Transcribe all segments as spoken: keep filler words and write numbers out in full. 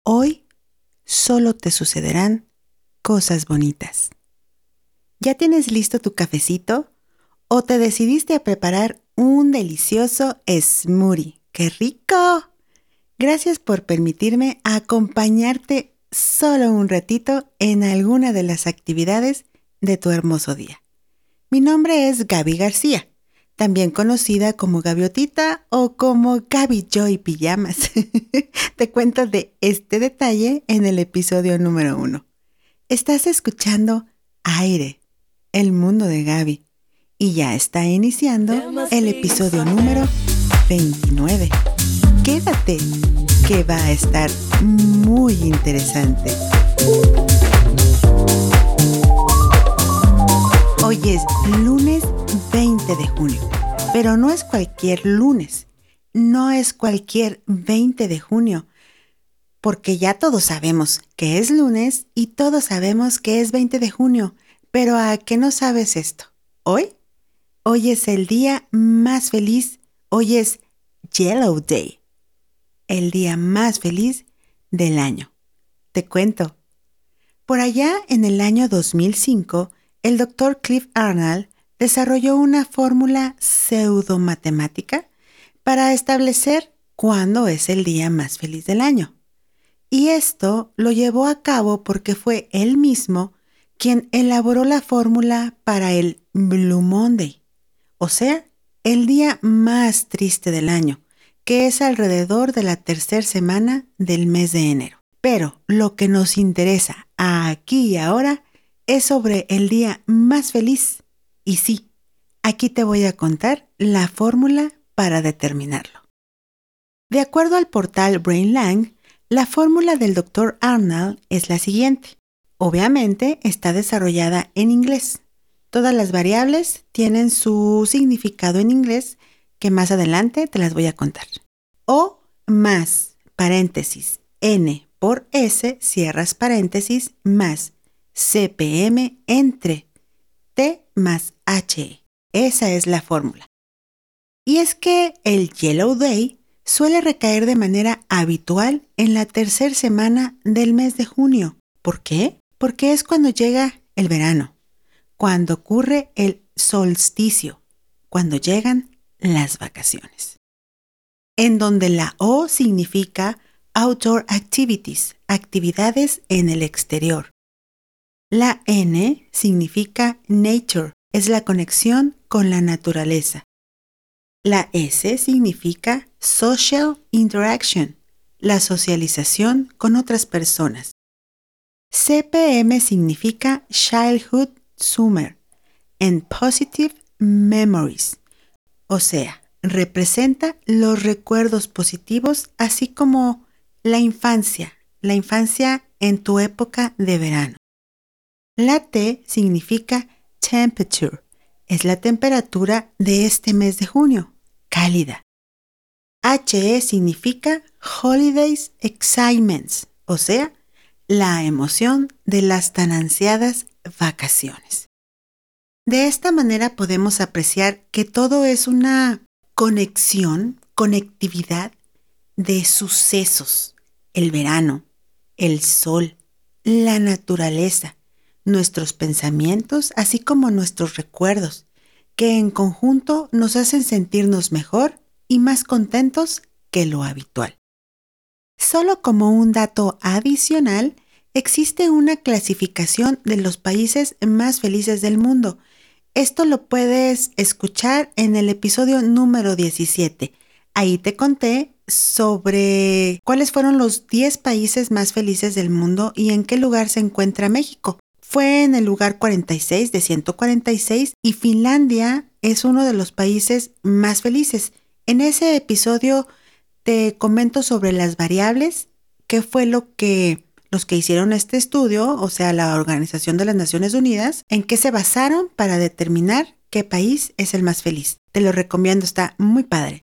Hoy solo te sucederán cosas bonitas. ¿Ya tienes listo tu cafecito? ¿O te decidiste a preparar un delicioso smoothie? ¡Qué rico! Gracias por permitirme acompañarte solo un ratito en alguna de las actividades de tu hermoso día. Mi nombre es Gaby García, también conocida como Gaviotita o como Gaby Joy Pijamas. Te cuento de este detalle en el episodio número uno. Estás escuchando Aire, el mundo de Gaby, y ya está iniciando el episodio número veintinueve. Quédate, que va a estar muy interesante. Hoy es lunes veinte de junio, pero no es cualquier lunes, no es cualquier veinte de junio, porque ya todos sabemos que es lunes y todos sabemos que es veinte de junio, pero ¿a qué no sabes esto? ¿Hoy? Hoy es el día más feliz, hoy es Yellow Day, el día más feliz del año. Te cuento. Por allá en el año dos mil cinco, el doctor Cliff Arnold desarrolló una fórmula pseudomatemática para establecer cuándo es el día más feliz del año. Y esto lo llevó a cabo porque fue él mismo quien elaboró la fórmula para el Blue Monday, o sea, el día más triste del año, que es alrededor de la tercera semana del mes de enero. Pero lo que nos interesa aquí y ahora es sobre el día más feliz. Y sí, aquí te voy a contar la fórmula para determinarlo. De acuerdo al portal BrainLang, la fórmula del doctor Arnold es la siguiente. Obviamente está desarrollada en inglés. Todas las variables tienen su significado en inglés que más adelante te las voy a contar. O más, paréntesis, N por S, cierras paréntesis, más C P M entre T más H. Esa es la fórmula. Y es que el Yellow Day suele recaer de manera habitual en la tercera semana del mes de junio. ¿Por qué? Porque es cuando llega el verano, cuando ocurre el solsticio, cuando llegan las vacaciones. En donde la O significa Outdoor Activities, actividades en el exterior. La N significa Nature, es la conexión con la naturaleza. La S significa Social Interaction, la socialización con otras personas. C P M significa Childhood Summer and Positive Memories, o sea, representa los recuerdos positivos, así como la infancia, la infancia en tu época de verano. La T significa Temperature, es la temperatura de este mes de junio, cálida. H E significa Holidays Excitements, o sea, la emoción de las tan ansiadas vacaciones. De esta manera podemos apreciar que todo es una conexión, conectividad de sucesos. El verano, el sol, la naturaleza, nuestros pensamientos, así como nuestros recuerdos, que en conjunto nos hacen sentirnos mejor y más contentos que lo habitual. Solo como un dato adicional, existe una clasificación de los países más felices del mundo. Esto lo puedes escuchar en el episodio número diecisiete. Ahí te conté sobre cuáles fueron los diez países más felices del mundo y en qué lugar se encuentra México. Fue en el lugar cuarenta y seis de ciento cuarenta y seis y Finlandia es uno de los países más felices. En ese episodio te comento sobre las variables, qué fue lo que los que hicieron este estudio, o sea, la Organización de las Naciones Unidas, en qué se basaron para determinar qué país es el más feliz. Te lo recomiendo, está muy padre.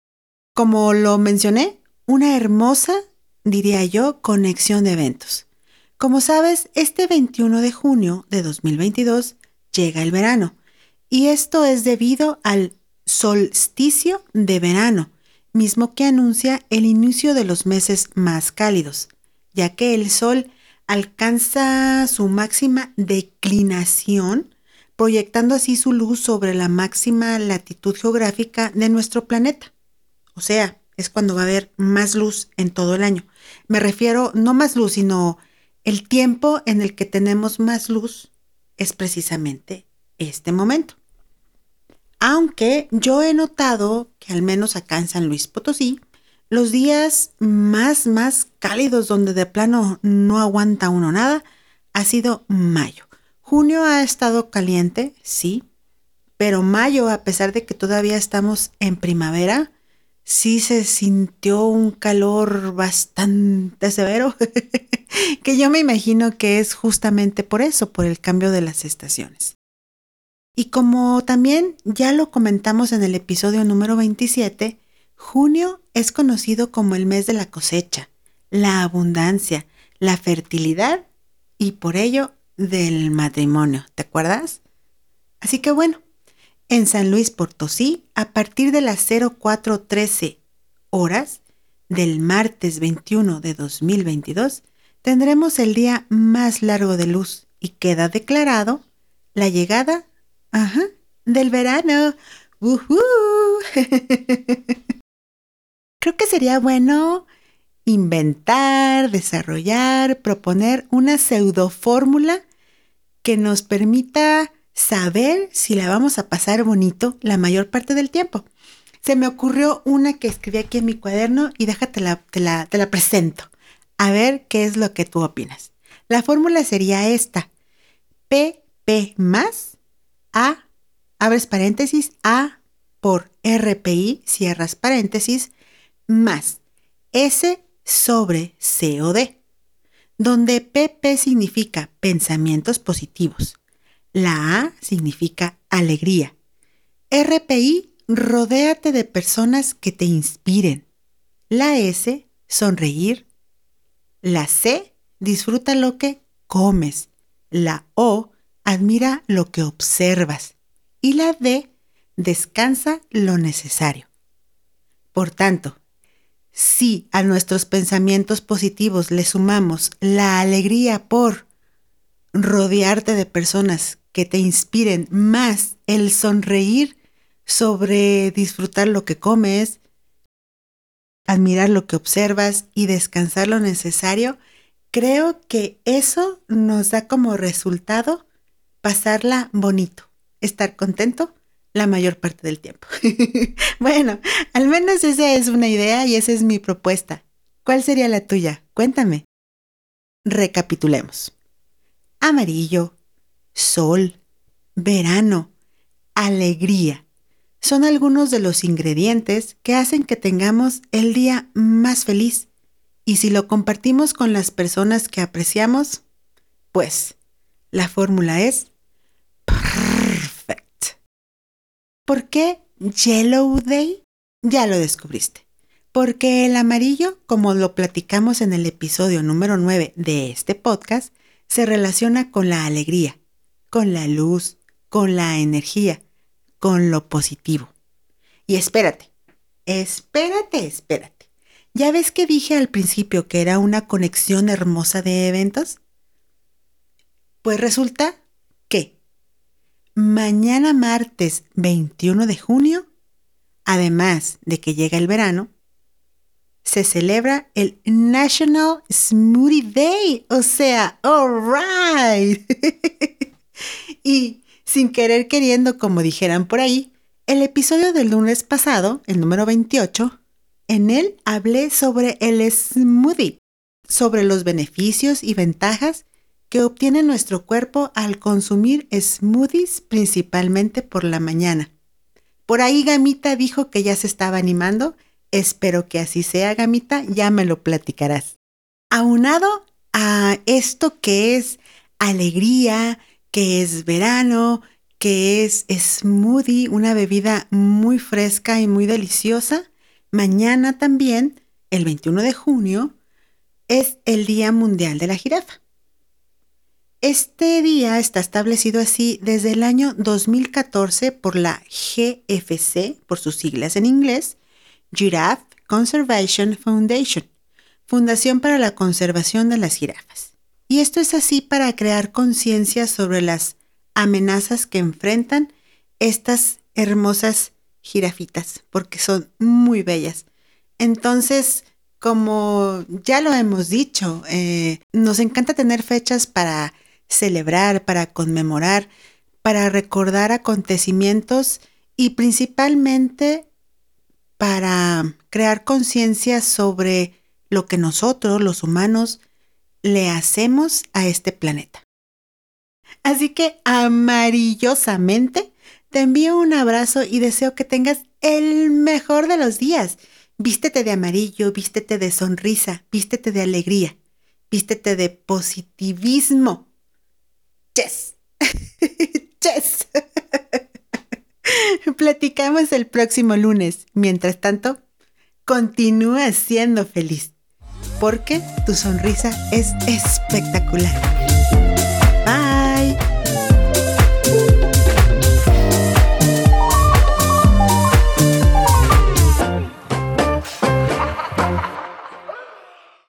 Como lo mencioné, una hermosa, diría yo, conexión de eventos. Como sabes, este veintiuno de junio de dos mil veintidós llega el verano, y esto es debido al solsticio de verano, mismo que anuncia el inicio de los meses más cálidos. ya que el Sol alcanza su máxima declinación, proyectando así su luz sobre la máxima latitud geográfica de nuestro planeta. O sea, es cuando va a haber más luz en todo el año. Me refiero, no más luz, sino el tiempo en el que tenemos más luz es precisamente este momento. Aunque yo he notado que al menos acá en San Luis Potosí, los días más, más cálidos donde de plano no aguanta uno nada, ha sido mayo. Junio ha estado caliente, sí, pero mayo, a pesar de que todavía estamos en primavera, sí se sintió un calor bastante severo, que yo me imagino que es justamente por eso, por el cambio de las estaciones. Y como también ya lo comentamos en el episodio número veintisiete, junio es conocido como el mes de la cosecha, la abundancia, la fertilidad y por ello del matrimonio, ¿te acuerdas? Así que bueno, en San Luis Potosí, a partir de las cero cuatro trece horas del martes veintiuno de dos mil veintidós, tendremos el día más largo de luz y queda declarado la llegada ajá, del verano. ¡Uhú! Creo que sería bueno inventar, desarrollar, proponer una pseudofórmula que nos permita saber si la vamos a pasar bonito la mayor parte del tiempo. Se me ocurrió una que escribí aquí en mi cuaderno y déjate la, te la, te la presento. A ver qué es lo que tú opinas. La fórmula sería esta. P P más A, abres paréntesis, A por R P I, cierras paréntesis, más S sobre C O D, donde P P significa pensamientos positivos. La A significa alegría. R P I, rodéate de personas que te inspiren. La S, sonreír. La C, disfruta lo que comes. La O, admira lo que observas. Y la D, descansa lo necesario. Por tanto, si a nuestros pensamientos positivos le sumamos la alegría por rodearte de personas que te inspiren, más el sonreír sobre disfrutar lo que comes, admirar lo que observas y descansar lo necesario, creo que eso nos da como resultado pasarla bonito, estar contento la mayor parte del tiempo. Bueno, al menos esa es una idea y esa es mi propuesta. ¿Cuál sería la tuya? Cuéntame. Recapitulemos. Amarillo, sol, verano, alegría. Son algunos de los ingredientes que hacen que tengamos el día más feliz. Y si lo compartimos con las personas que apreciamos, pues la fórmula es perfect. ¿Por qué Yellow Day? Ya lo descubriste. Porque el amarillo, como lo platicamos en el episodio número nueve de este podcast, se relaciona con la alegría, con la luz, con la energía, con lo positivo. Y espérate, espérate, espérate. ¿Ya ves que dije al principio que era una conexión hermosa de eventos? Pues resulta que mañana martes veintiuno de junio, además de que llega el verano, se celebra el National Smoothie Day. O sea, all right. Y sin querer queriendo, como dijeran por ahí, el episodio del lunes pasado, el número veintiocho, en él hablé sobre el smoothie, sobre los beneficios y ventajas que obtiene nuestro cuerpo al consumir smoothies principalmente por la mañana. Por ahí Gamita dijo que ya se estaba animando. Espero que así sea, Gamita, ya me lo platicarás. Aunado a esto que es alegría, que es verano, que es smoothie, una bebida muy fresca y muy deliciosa, mañana también, el veintiuno de junio, es el Día Mundial de la Jirafa. Este día está establecido así desde el año dos mil catorce por la G F C, por sus siglas en inglés, Giraffe Conservation Foundation, Fundación para la Conservación de las Jirafas. Y esto es así para crear conciencia sobre las amenazas que enfrentan estas hermosas jirafitas, porque son muy bellas. Entonces, como ya lo hemos dicho, eh, nos encanta tener fechas para celebrar, para conmemorar, para recordar acontecimientos y principalmente para crear conciencia sobre lo que nosotros, los humanos, le hacemos a este planeta. Así que amarillosamente te envío un abrazo y deseo que tengas el mejor de los días. Vístete de amarillo, vístete de sonrisa, vístete de alegría, vístete de positivismo. ¡Yes! ¡Yes! Platicamos el próximo lunes. Mientras tanto, continúa siendo feliz, porque tu sonrisa es espectacular.